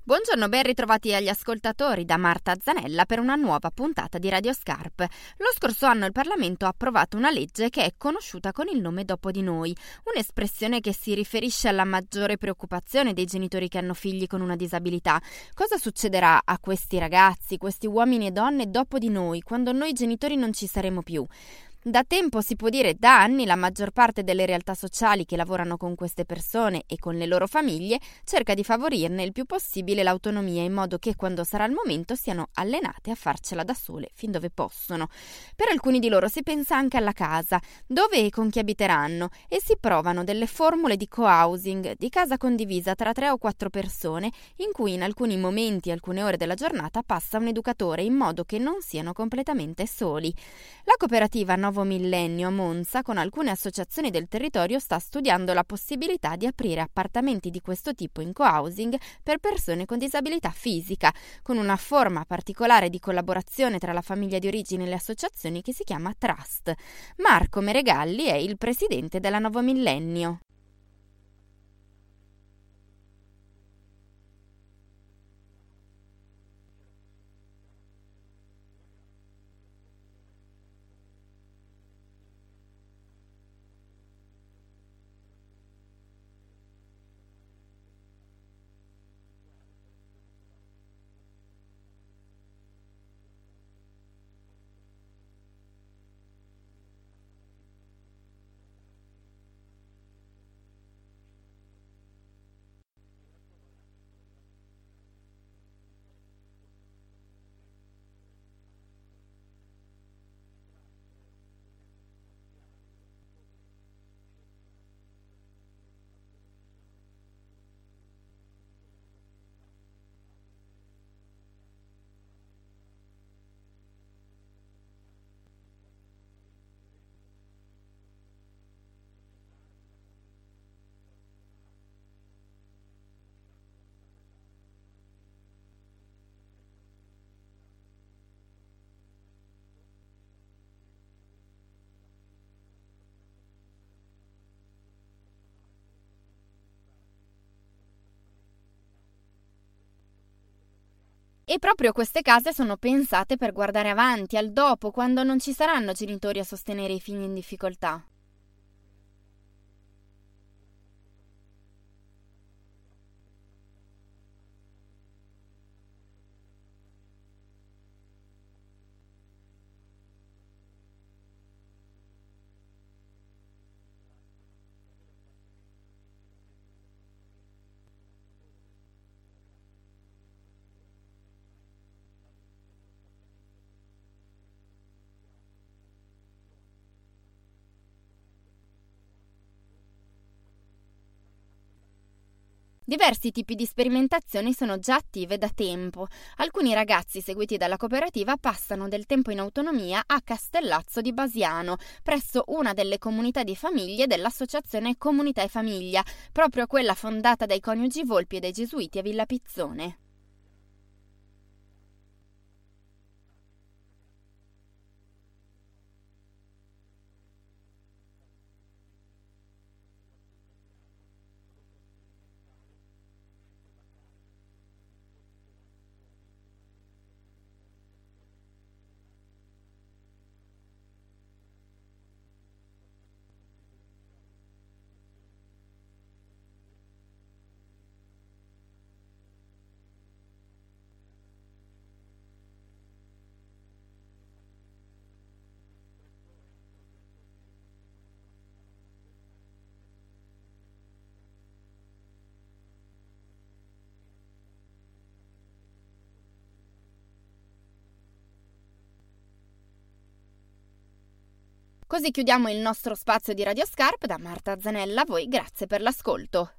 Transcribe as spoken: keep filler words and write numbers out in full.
Buongiorno, ben ritrovati agli ascoltatori da Marta Zanella per una nuova puntata di Radio Scarp. Lo scorso anno il Parlamento ha approvato una legge che è conosciuta con il nome Dopo di noi, un'espressione che si riferisce alla maggiore preoccupazione dei genitori che hanno figli con una disabilità. Cosa succederà a questi ragazzi, questi uomini e donne dopo di noi, quando noi genitori non ci saremo più? Da tempo, si può dire da anni, la maggior parte delle realtà sociali che lavorano con queste persone e con le loro famiglie cerca di favorirne il più possibile l'autonomia, in modo che quando sarà il momento siano allenate a farcela da sole fin dove possono. Per alcuni di loro si pensa anche alla casa, dove e con chi abiteranno, e si provano delle formule di co-housing, di casa condivisa tra tre o quattro persone, in cui in alcuni momenti e alcune ore della giornata passa un educatore, in modo che non siano completamente soli. La cooperativa Nuovo Millennio a Monza, con alcune associazioni del territorio, sta studiando la possibilità di aprire appartamenti di questo tipo in co-housing per persone con disabilità fisica, con una forma particolare di collaborazione tra la famiglia di origine e le associazioni che si chiama Trust. Marco Meregalli è il presidente della Nuovo Millennio. E proprio queste case sono pensate per guardare avanti, al dopo, quando non ci saranno genitori a sostenere i figli in difficoltà. Diversi tipi di sperimentazioni sono già attive da tempo. Alcuni ragazzi seguiti dalla cooperativa passano del tempo in autonomia a Castellazzo di Basiano, presso una delle comunità di famiglie dell'associazione Comunità e Famiglia, proprio quella fondata dai coniugi Volpi e dai gesuiti a Villa Pizzone. Così chiudiamo il nostro spazio di Radio Scarp. Da Marta Zanella, a voi grazie per l'ascolto.